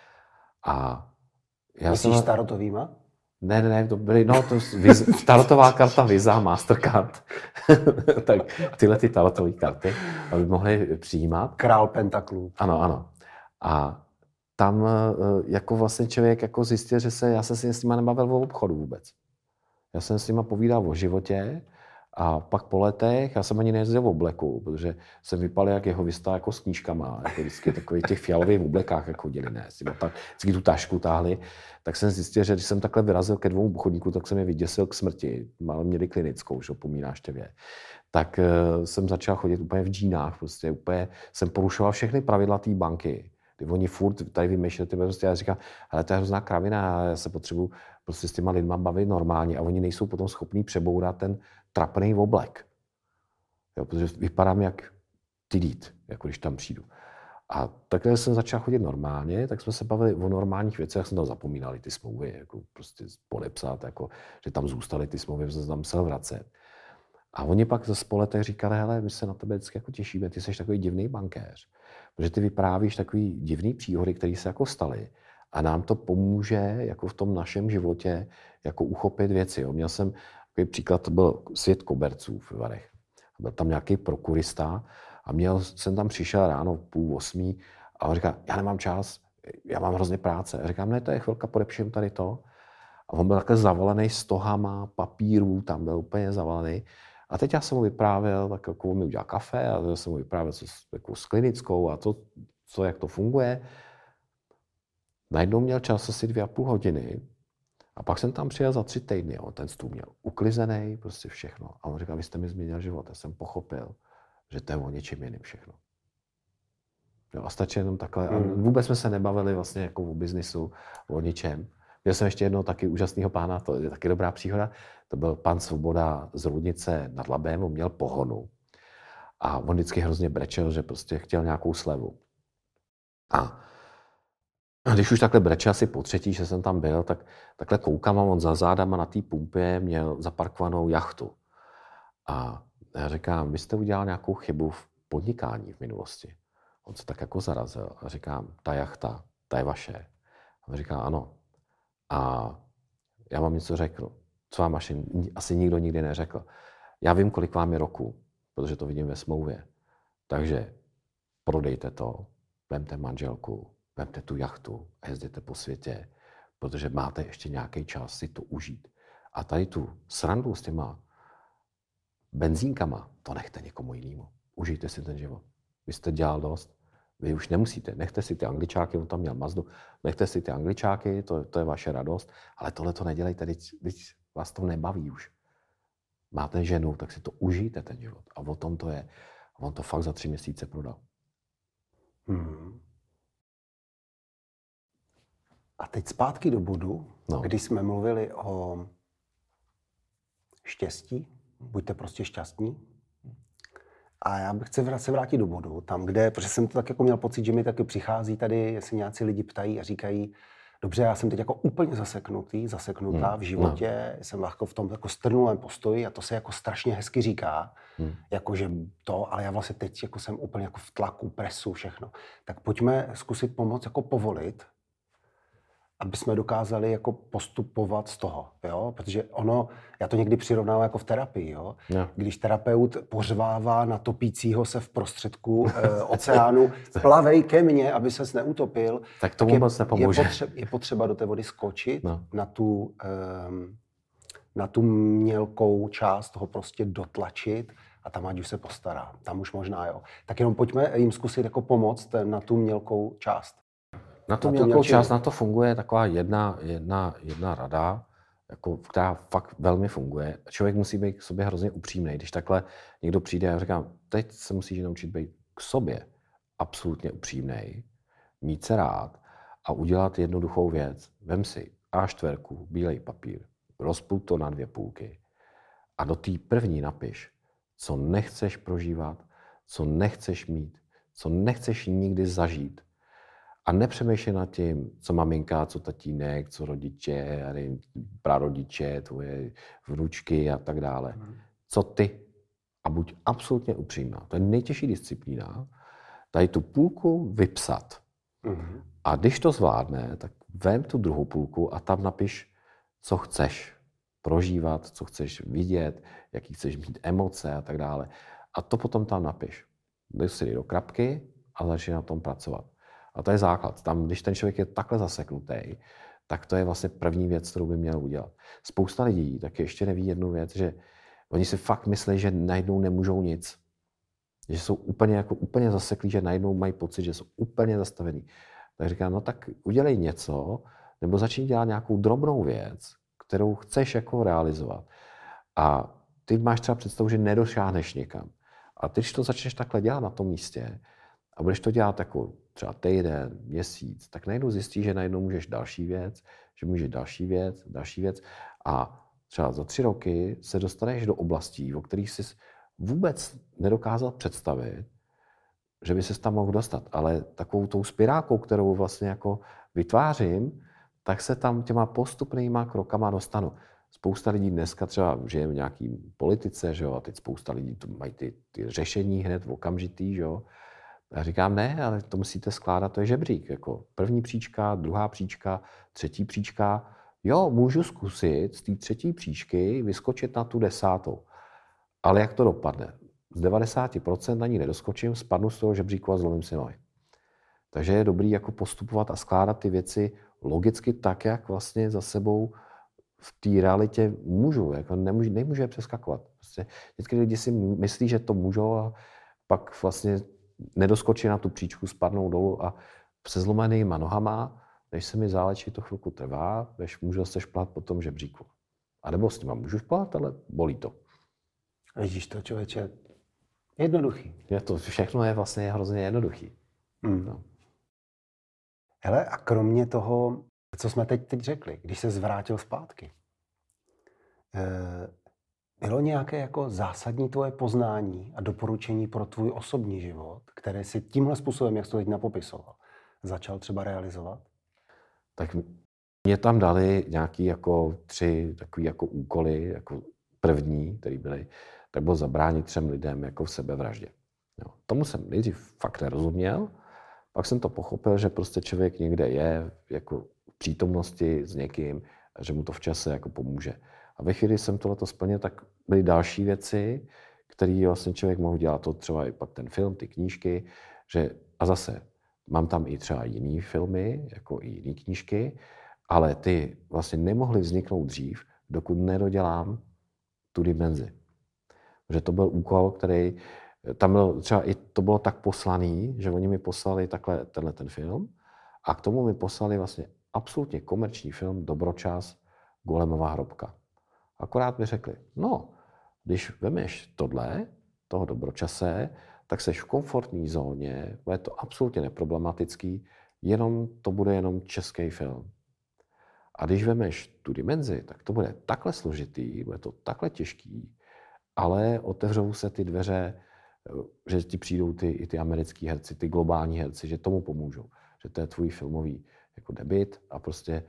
A myslíš s tarotovýma? Ne, to byly, tarotová karta Visa, Mastercard, tak tyhle ty tarotové karty, aby mohli přijímat. Král pentaklů. Ano. A tam jako vlastně člověk jako zjistil, že já jsem si s nima nebavil o obchodu vůbec. Já jsem s nima povídal o životě a pak po letech, já jsem ani nejezdil v obleku, protože jsem vypadal jak jeho vystá jako s knížkama, jako vždycky takových těch fialových oblekách jako chodili, ne, vždycky tu tašku táhli, tak jsem zjistil, že když jsem takhle vyrazil ke dvou obchodníků, tak jsem je vyděsil k smrti, měli klinickou, že po mý návštěvě. Tak jsem začal chodit úplně v džínách, prostě úplně jsem porušoval všechny pravidla té banky. Kdy oni furt tady vymýšleli ty prostě, já říkám, hele, to je hrozná kravina, já se potřebuji prostě s těma lidma bavit normálně a oni nejsou potom schopní přebourat ten trapný oblek. Jo, protože vypadám jak tidít, jako když tam přijdu. A takhle jsem začal chodit normálně, tak jsme se bavili o normálních věcech, jak jsem tam zapomínali ty smlouvy, jako prostě podepsat, jako, že tam zůstaly ty smlouvy, že jsem tam musel vracet. A oni pak ze spoletech říkali, hele, my se na tebe vždycky jako těšíme, ty jsi takový divný bankéř, protože ty vyprávíš takový divný příhody, které se jako staly a nám to pomůže jako v tom našem životě jako uchopit věci. Jo. Měl jsem takový příklad, to byl svět koberců v Varech. Byl tam nějaký prokurista a jsem tam přišel ráno 7:30 a on říká, já nemám čas, já mám hrozně práce. A říkám, ne, to je chvilka, podepším tady to. A on byl takhle zavalený stohama papírů, tam byl úplně zavalený. A teď já jsem mu vyprávěl, tak jako on mi udělal kafe a já jsem mu vyprávěl jako s klinickou a to, co, jak to funguje. Najednou měl čas asi 2,5 hodiny a pak jsem tam přijel za 3 týdny. On ten stůl měl uklizený, prostě všechno. A on říkal, vy jste mi změnil život. Já jsem pochopil, že to je o něčem jiným všechno. Jo, a stačí jenom takhle. A vůbec jsme se nebavili vlastně jako o biznisu, o ničem. Měl jsem ještě jednou taky úžasného pána, to je taky dobrá příhoda. To byl pan Svoboda z Roudnice nad Labem, on měl pohonu. A on vždycky hrozně brečel, že prostě chtěl nějakou slevu. A když už takhle brečel asi po třetí, že jsem tam byl, tak takhle koukám a on za zádama na té pumpě měl zaparkovanou jachtu. A já říkám, vy jste udělal nějakou chybu v podnikání v minulosti. On se tak jako zarazil a říkám, ta jachta, ta je vaše. A on říká, ano. A já vám něco řeknu, co vám asi nikdo nikdy neřekl. Já vím, kolik vám je roku, protože to vidím ve smlouvě. Takže prodejte to, vemte manželku, vemte tu jachtu a jezděte po světě, protože máte ještě nějaký čas si to užít. A tady tu srandu s těma benzínkama, to nechte někomu jinému. Užijte si ten život. Vy jste dělal dost, vy už nemusíte. Nechte si ty Angličáky, on tam měl Mazdu, nechte si ty Angličáky, to je vaše radost, ale tohle to nedělejte, teď vás to nebaví už. Máte ženu, tak si to užijte ten život. A o tom to je. On to fakt za 3 měsíce prodal. A teď zpátky do bodu, kdy jsme mluvili o štěstí. Buďte prostě šťastní. A já bych se vrátit do bodu, tam, kde, protože jsem to tak jako měl pocit, že mi taky přichází tady, jestli nějací lidi ptají a říkají, dobře, já jsem teď jako úplně zaseknutá v životě, jsem jako v tom jako strnulém postoji a to se jako strašně hezky říká, jakože to, ale já vlastně teď jako jsem úplně jako v tlaku, presu, všechno. Tak pojďme zkusit pomoct jako povolit, aby jsme dokázali jako postupovat z toho, jo? Protože ono, já to někdy přirovnávám jako v terapii, jo? Když terapeut pořvává na topícího se v prostředku oceánu, plavej ke mně, aby ses neutopil, tak tomu moc nepomůže. Je potřeba do té vody skočit, na tu mělkou část toho prostě dotlačit a tam ať už se postará. Tam už možná, jo. Tak jenom pojďme jim zkusit jako pomoct na tu mělkou část. Na tu mělkou část na to funguje taková jedna rada, jako, která fakt velmi funguje. Člověk musí být k sobě hrozně upřímný. Když takhle někdo přijde a říká, teď se musíš naučit být k sobě absolutně upřímnej, mít se rád a udělat jednoduchou věc. Vem si A4, bílej papír, rozpůl to na 2 půlky a do té první napiš, co nechceš prožívat, co nechceš mít, co nechceš nikdy zažít. A nepřemýšlej nad tím, co maminka, co tatínek, co rodiče, prarodiče, tvoje vnučky a tak dále. Co ty? A buď absolutně upřímná. To je nejtěžší disciplína. Tady tu půlku vypsat. A když to zvládne, tak vem tu druhou půlku a tam napiš, co chceš prožívat, co chceš vidět, jaký chceš mít emoce a tak dále. A to potom tam napiš. Dej si do krapky a začni na tom pracovat. A to je základ. Tam, když ten člověk je takhle zaseknutý, tak to je vlastně první věc, kterou by měl udělat. Spousta lidí taky ještě neví jednu věc, že oni si fakt myslí, že najednou nemůžou nic. Že jsou úplně zaseklí, že najednou mají pocit, že jsou úplně zastavení. Tak říkám, no tak udělej něco, nebo začni dělat nějakou drobnou věc, kterou chceš jako realizovat. A ty máš třeba představu, že nedošáhneš někam. A ty, když to začneš takhle dělat na tom místě a budeš to dělat jako třeba týden, měsíc, tak najednou zjistíš, že najednou můžeš další věc, že můžeš další věc a třeba za 3 roky se dostaneš do oblastí, o kterých jsi vůbec nedokázal představit, že by ses tam mohl dostat. Ale takovou tou spirálkou, kterou vlastně jako vytvářím, tak se tam těma postupnýma krokama dostanu. Spousta lidí dneska třeba žije v nějaký politice, že jo, a teď spousta lidí tu mají ty řešení hned okamžitý, že jo. A říkám, ne, ale to musíte skládat, to je žebřík. Jako první příčka, druhá příčka, třetí příčka. Jo, můžu zkusit z té třetí příčky vyskočit na tu 10. Ale jak to dopadne? Z 90% na ní nedoskočím, spadnu z toho žebříku a zlomím si nohy. Takže je dobrý jako postupovat a skládat ty věci logicky tak, jak vlastně za sebou v té realitě můžu, jako nemůžu je přeskakovat. Prostě vždycky lidi si myslí, že to můžou a pak vlastně nedoskočí na tu příčku, spadnou dolů a se zlomenýma nohama, než se mi zálečí, to chvilku trvá, než můžu se šplhat po tom žebříku. A nebo s nima můžu šplhat, ale bolí to. Vidíš to, člověče, jednoduchý. To všechno je vlastně hrozně jednoduchý. No. Hele, a kromě toho, co jsme teď řekli, když se zvrátil zpátky, bylo nějaké jako zásadní tvoje poznání a doporučení pro tvůj osobní život, které si tímhle způsobem, jak jsi to teď napopisoval, začal třeba realizovat? Tak mě tam dali nějaký jako 3 takový jako úkoly, jako první, který byly, tak bylo zabránit 3 lidem jako v sebevraždě. Jo. Tomu jsem nejdřív fakt nerozuměl, pak jsem to pochopil, že prostě člověk někde je jako v přítomnosti s někým a že mu to v čase jako pomůže. A ve chvíli, kdy jsem tohleto splnil, tak byly další věci, které vlastně člověk mohl dělat. To třeba i pak ten film, ty knížky, a zase mám tam i třeba jiný filmy, jako i jiné knížky, ale ty vlastně nemohly vzniknout dřív, dokud nedodělám tu dimenzi. Protože to byl úkol, který tam byl třeba i to bylo tak poslaný, že oni mi poslali takhle ten film a k tomu mi poslali vlastně absolutně komerční film Dobročas, Golemová hrobka. Akorát mi řekli, no, když vemeš toho Dobročase, tak seš v komfortní zóně, bude to absolutně neproblematický, to bude jenom český film. A když vemeš tu dimenzi, tak to bude takhle složitý, bude to takhle těžký, ale otevřou se ty dveře, že ti přijdou i ty americký herci, ty globální herci, že tomu pomůžou. Že to je tvůj filmový jako debut a prostě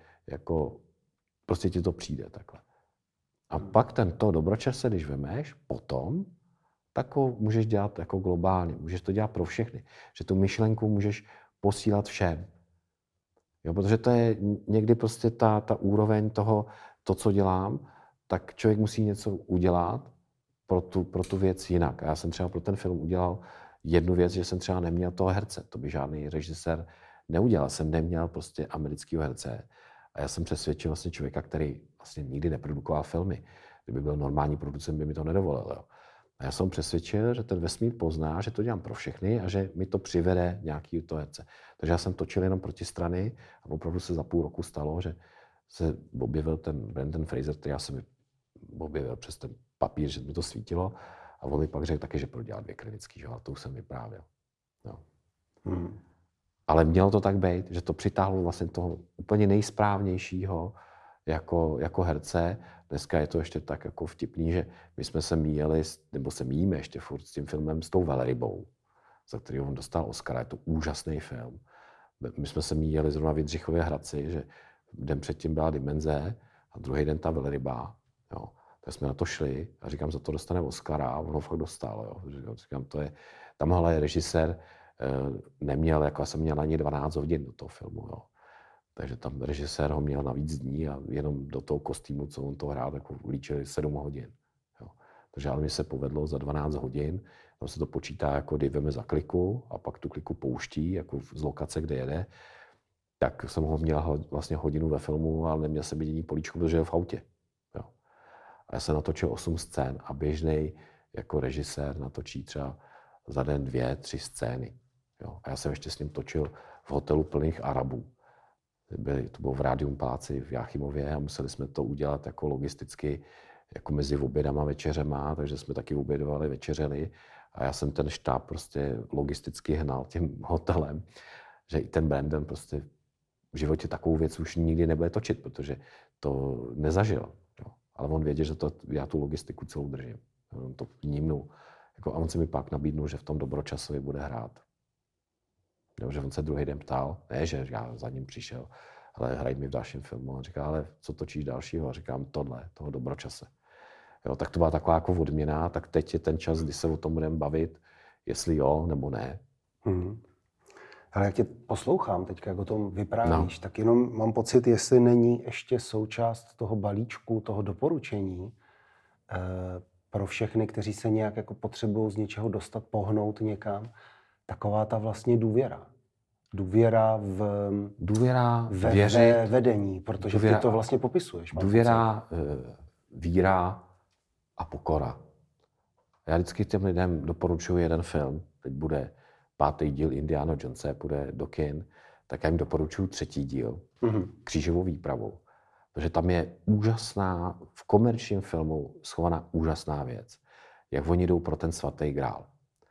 ti to přijde takhle. A pak to Dobročase, když vemeš potom, tak ho můžeš dělat jako globálně. Můžeš to dělat pro všechny. Že tu myšlenku můžeš posílat všem. Jo, protože to je někdy prostě ta úroveň toho, co dělám, tak člověk musí něco udělat pro tu věc jinak. A já jsem třeba pro ten film udělal jednu věc, že jsem třeba neměl toho herce. To by žádný režisér neudělal. Jsem neměl prostě amerického herce. A já jsem přesvědčil vlastně člověka, který vlastně nikdy neprodukoval filmy. Kdyby byl normální producent, by mi to nedovolil. Jo. A já jsem přesvědčil, že ten vesmír pozná, že to dělám pro všechny a že mi to přivede nějaký to herce. Takže já jsem točil jenom proti strany a opravdu se za půl roku stalo, že se objevil ten Brendan Fraser, který já jsem objevil přes ten papír, že mi to svítilo a on mi pak řekl taky, že prodělal 2 klinický, že? A to už jsem vyprávěl. No. Ale mělo to tak být, že to přitáhlo vlastně toho úplně nejsprávnějšího jako herce. Dneska je to ještě tak jako vtipný, že my jsme se míjeli, nebo se míjíme ještě furt s tím filmem s tou Velrybou, za který on dostal Oscara. Je to úžasný film. My jsme se míjeli zrovna v Jindřichově Hradci, že den předtím byla Dimenze a druhý den ta Velryba. Jo. Tak jsme na to šli a říkám, za to dostane Oscara a on ho fakt dostal. Jo. Říkám, tamhle režisér neměl, jako já jsem měl ani 12 hodin do toho filmu. Jo. Takže tam režisér ho měl na víc dní a jenom do toho kostýmu, co on to hrál, tak líčili 7 hodin. Jo. Takže ale mi se povedlo za 12 hodin, tam se to počítá, jako kdy veme za kliku a pak tu kliku pouští, jako z lokace, kde jede, tak jsem ho měl vlastně hodinu ve filmu, ale neměl jsem jediný políčko, protože je v autě. Jo. A já jsem natočil 8 scén a běžnej jako režisér natočí třeba za den 2, 3 scény. Jo. A já jsem ještě s ním točil v hotelu plných Arabů. To bylo v Rádium Paláci v Jáchymově a museli jsme to udělat jako logisticky, jako mezi obědama a večeřema, takže jsme taky obědovali, večeřeli a já jsem ten štáb prostě logisticky hnal tím hotelem, že i ten Brandon prostě v životě takovou věc už nikdy nebude točit, protože to nezažil. Jo. Ale on věděl, že já tu logistiku celou držím. On to vnímnul. Jako, a on se mi pak nabídnul, že v tom Dobročasovi bude hrát. Jo, že on se druhý den ptal, ne, že já za ním přišel, ale hraj mi v dalším filmu. A říká, ale co točíš dalšího? A říkám, toho Dobročase. Jo, tak to byla taková jako odměna, tak teď je ten čas, kdy se o tom budeme bavit, jestli nebo ne. Ale jak tě poslouchám teď, jak o tom vyprávíš, tak jenom mám pocit, jestli není ještě součást toho balíčku, toho doporučení pro všechny, kteří se nějak jako potřebují z něčeho dostat, pohnout někam, taková ta vlastně důvěra. Důvěra věřit, vedení, protože ty to vlastně popisuješ. Důvěra, víra a pokora. Já vždycky těm lidem doporučuji jeden film, teď bude 5. díl Indiana Jonese, půjde do kin, tak já jim doporučuji 3. díl, Křížovou výpravou. Protože tam je úžasná, v komerčním filmu schovaná úžasná věc, jak oni jdou pro ten svatý grál.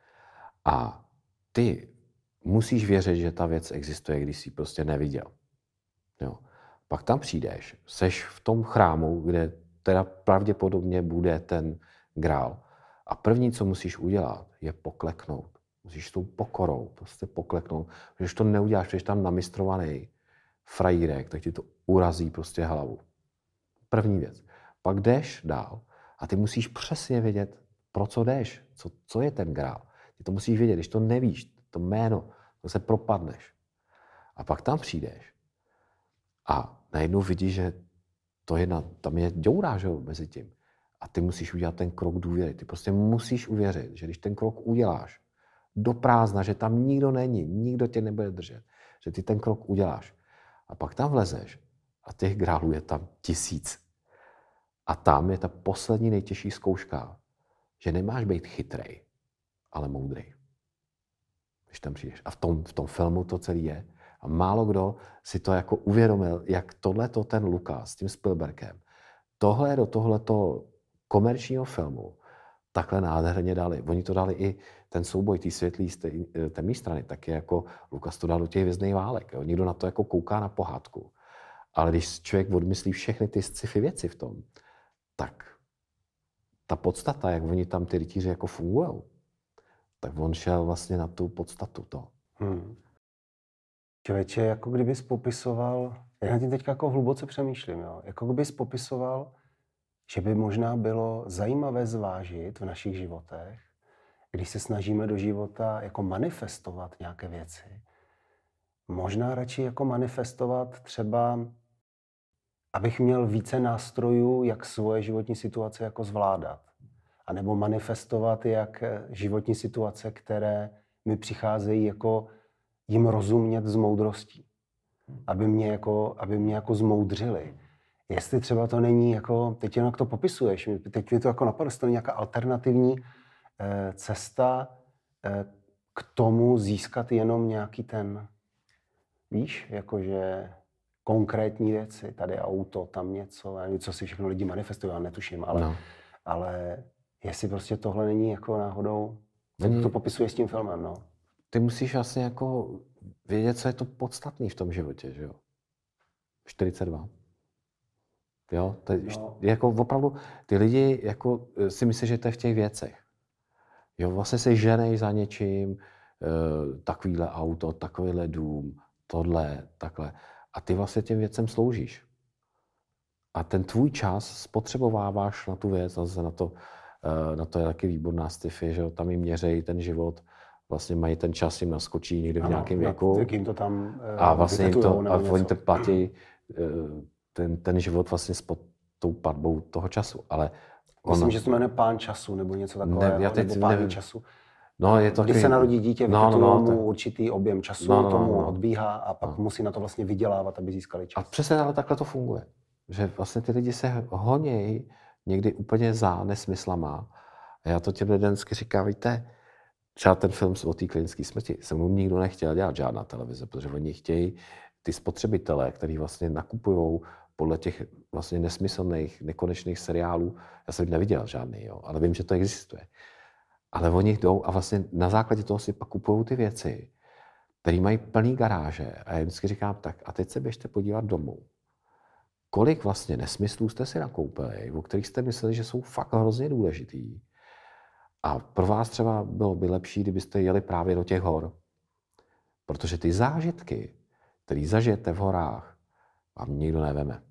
A ty musíš věřit, že ta věc existuje, když jsi ji prostě neviděl. Jo. Pak tam přijdeš, seš v tom chrámu, kde teda pravděpodobně bude ten grál. A první, co musíš udělat, je pokleknout. Musíš s tou pokorou prostě pokleknout. Když to neuděláš, když tam namistrovaný frajírek, tak ti to urazí prostě hlavu. První věc. Pak jdeš dál a ty musíš přesně vědět, pro co jdeš, co je ten grál. Ty to musíš vědět, když to nevíš, to jméno, to se propadneš. A pak tam přijdeš a najednou vidíš, že tam je děura, že jo, mezi tím. A ty musíš udělat ten krok důvěry. Ty prostě musíš uvěřit, že když ten krok uděláš do prázdna, že tam nikdo není, nikdo tě nebude držet, že ty ten krok uděláš. A pak tam vlezeš a těch grálů je tam 1000. A tam je ta poslední nejtěžší zkouška, že nemáš být chytrej, ale moudrej. Když tam přijdeš. A v tom filmu to celé je. A málo kdo si to jako uvědomil, jak tohleto ten Lucas s tím Spielbergem do tohleto komerčního filmu takhle nádherně dali. Oni to dali i ten souboj té světlý temné strany, taky jako Lucas to dal do těch Hvězdných válek. Jo. Nikdo na to jako kouká na pohádku. Ale když člověk odmyslí všechny ty sci-fi věci v tom, tak ta podstata, jak oni tam ty rytíři jako fungujou, tak on šel vlastně na tu podstatu toho. Člověče, jako kdybys popisoval, já na tím teď jako hluboce přemýšlím, jo? Jako kdybys popisoval, že by možná bylo zajímavé zvážit v našich životech, když se snažíme do života jako manifestovat nějaké věci. Možná radši jako manifestovat třeba, abych měl více nástrojů, jak svoje životní situace jako zvládat. A nebo manifestovat jak životní situace, které mi přicházejí jako jim rozumět s moudrostí. Aby mě jako zmoudřili. Jestli třeba to není jako, teď jenom jak to popisuješ, teď mi to jako napadlo, jestli to není nějaká alternativní cesta k tomu získat jenom nějaký ten, víš, jakože konkrétní věci, tady auto, tam něco, já nevím, co si všechno lidi manifestují, já netuším, ale jestli prostě tohle není jako náhodou, tak to popisuje s tím filmem, no. Ty musíš vlastně jako vědět, co je to podstatné v tom životě, že jo? 42. Jo, jako opravdu ty lidi jako si myslí, že to je v těch věcech. Jo, vlastně se ženej za něčím, takovýhle auto, takovýhle dům, tohle, takhle. A ty vlastně těm věcem sloužíš. A ten tvůj čas spotřebováváš na tu věc, zase na to je taky výborná sci-fi, že jo, tam jim měřejí ten život, vlastně mají ten čas, jim naskočí někdy v nějakém věku. Jim to tam a vlastně jim to, a oni to platí ten život vlastně s tou platbou toho času, ale myslím, že se jmenuje Pán času, nebo něco takového, nebo Páni času. No, je to když se narodí dítě, mu určitý objem času, tomu odbíhá a pak musí na to vlastně vydělávat, aby získali čas. A přesně ale takhle to funguje. Že vlastně ty lidi se honějí někdy úplně za nesmyslama. A já to těm lidem vždycky říkám, víte, třeba ten film o té klinické smrti se mu nikdo nechtěl dělat žádná televize, protože oni chtějí ty spotřebitele, kteří vlastně nakupují podle těch vlastně nesmyslných, nekonečných seriálů. Já jsem neviděl žádný, jo, ale vím, že to existuje. Ale oni jdou a vlastně na základě toho si pak kupují ty věci, které mají plný garáže. A já vždycky říkám, tak a teď se běžte podívat domů. Kolik vlastně nesmyslů jste si nakoupili, o kterých jste mysleli, že jsou fakt hrozně důležitý. A pro vás třeba bylo by lepší, kdybyste jeli právě do těch hor. Protože ty zážitky, které zažijete v horách, vám nikdo neveme.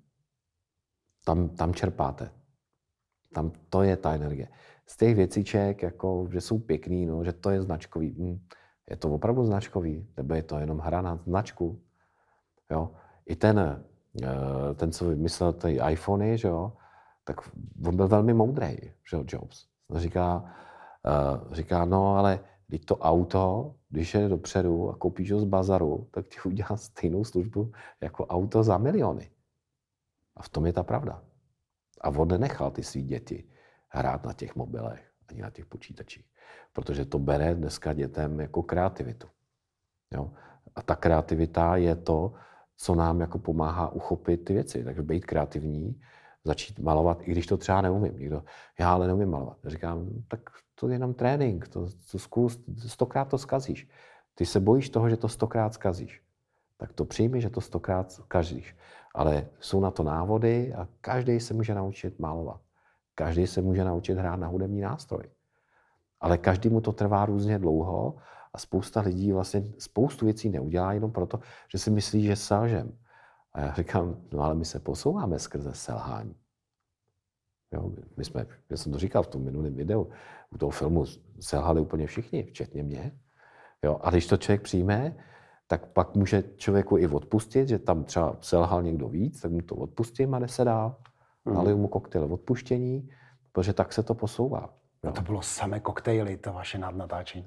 Tam čerpáte. Tam to je ta energie. Z těch věcíček, jako, že jsou pěkný, no, že to je značkový. Je to opravdu značkový? Nebo je to jenom hra na značku? Jo? I ten, co vymyslel ty iPhony, že jo, tak on byl velmi moudrej, že jo, Jobs. Říká, no ale když to auto, když jede dopředu a koupíš ho z bazaru, tak ti udělá stejnou službu jako auto za miliony. A v tom je ta pravda. A on nenechal ty svý děti hrát na těch mobilech ani na těch počítačích. Protože to bere dneska dětem jako kreativitu. Jo? A ta kreativita je to, co nám jako pomáhá uchopit ty věci. Takže být kreativní, začít malovat, i když to třeba neumím. Někdo, já ale neumím malovat. Říkám, tak to je jenom trénink, to zkus, 100krát to zkazíš. Ty se bojíš toho, že to 100krát zkazíš. Tak to přijmi, že to 100krát zkazíš. Ale jsou na to návody a každý se může naučit malovat. Každý se může naučit hrát na hudební nástroj. Ale každému to trvá různě dlouho a spousta lidí vlastně spoustu věcí neudělá jenom proto, že si myslí, že selžem. A já říkám, no ale my se posouváme skrze selhání. Jo, já jsem to říkal v tom minulém videu, u toho filmu selhali úplně všichni, včetně mě. Jo, a když to člověk přijme, tak pak může člověku i odpustit, že tam třeba selhal někdo víc, tak mu to odpustím a jde se dál. Naliju mu koktejl odpuštění, protože tak se to posouvá. Jo. A to bylo samé koktejly, to vaše nadnatáčení.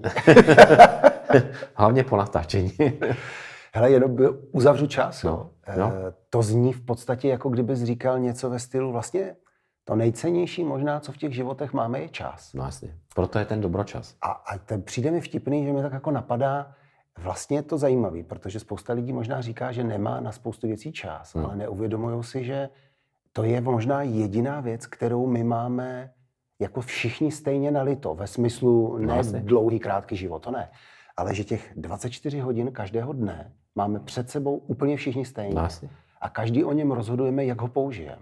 Hlavně po natáčení. Hele, jenom uzavřu čas. No. To zní v podstatě, jako kdybys říkal něco ve stylu vlastně to nejcennější možná, co v těch životech máme, je čas. No jasně. Proto je ten dobročas. A přijde mi vtipný, že mě tak jako napadá, vlastně je to zajímavý, protože spousta lidí možná říká, že nemá na spoustu věcí čas, ale neuvědomují si, že to je možná jediná věc, kterou my máme jako všichni stejně nalito, ve smyslu ne dlouhý, krátký život, to ne, ale že těch 24 hodin každého dne máme před sebou úplně všichni stejně. A každý o něm rozhodujeme, jak ho použijeme.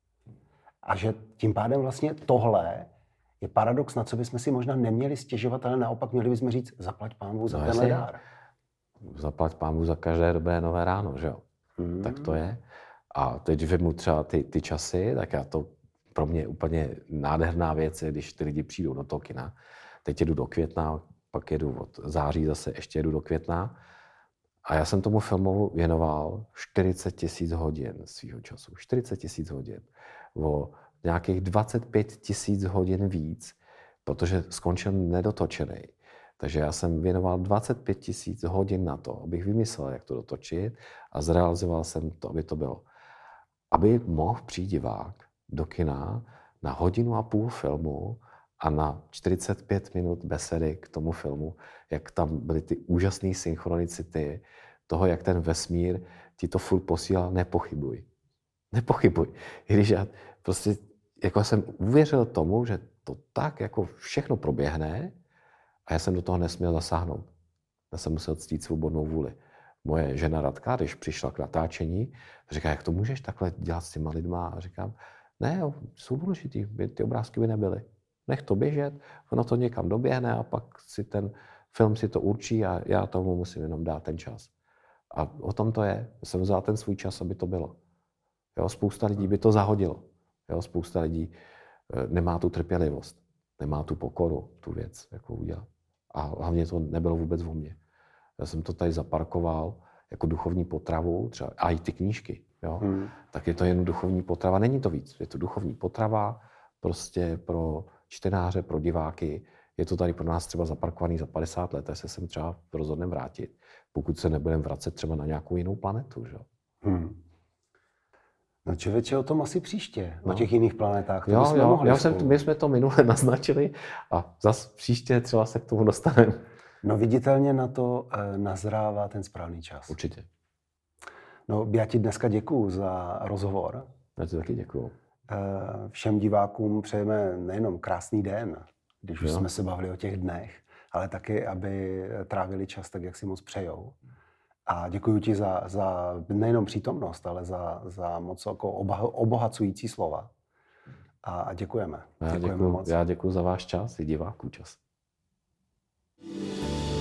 A že tím pádem vlastně tohle je paradox, na co bychom si možná neměli stěžovat, ale naopak měli bychom říct, zaplať Pánbůh za tenhle dár. Zaplať Pánbůh za každé dobré nové ráno, že jo? Tak to je. A teď vezmu třeba ty časy, tak já to pro mě úplně nádherná věc je, když ty lidi přijdou do toho kina. Teď jedu do Května, pak jedu od září zase ještě jedu do Května. A já jsem tomu filmu věnoval 40 000 hodin svýho času. 40 000 hodin. O nějakých 25 000 hodin víc, protože skončil nedotočený. Takže já jsem věnoval 25 000 hodin na to, abych vymyslel, jak to dotočit a zrealizoval jsem to, aby to bylo. Aby mohl přijít divák do kina na 1,5 hodiny filmu a na 45 minut besedy k tomu filmu, jak tam byly ty úžasné synchronicity, toho, jak ten vesmír ti to furt posílal, nepochybuj. Nepochybuj. I když já prostě jako jsem uvěřil tomu, že to tak jako všechno proběhne a já jsem do toho nesměl zasáhnout. Já jsem musel ctít svobodnou vůli. Moje žena Radka, když přišla k natáčení, říká, jak to můžeš takhle dělat s těma lidma? A říkám, ne, jo, jsou důležitý, ty obrázky by nebyly. Nech to běžet, ono to někam doběhne a pak si ten film si to určí a já tomu musím jenom dát ten čas. A o tom to je. Já jsem vzal ten svůj čas, aby to bylo. Jo, spousta lidí by to zahodilo. Jo, spousta lidí nemá tu trpělivost, nemá tu pokoru, tu věc jako udělat. A hlavně to nebylo vůbec o mně. Já jsem to tady zaparkoval jako duchovní potravu, třeba a i ty knížky. Jo? Tak je to jen duchovní potrava, není to víc. Je to duchovní potrava prostě pro čtenáře, pro diváky. Je to tady pro nás třeba zaparkovaný za 50 let, a se sem třeba rozhodneme vrátit, pokud se nebudeme vracet třeba na nějakou jinou planetu. Že? No člověče, o tom asi příště, na těch jiných planetách. My jsme to minule naznačili a zase příště třeba se k tomu dostaneme. No viditelně na to nazrává ten správný čas. Určitě. No já ti dneska děkuju za rozhovor. Já ti taky děkuju. Všem divákům přejeme nejenom krásný den, když už jsme se bavili o těch dnech, ale taky, aby trávili čas tak, jak si moc přejou. A děkuji ti za nejenom přítomnost, ale za moc jako obohacující slova. A děkujeme. Já děkuji za váš čas i diváků čas.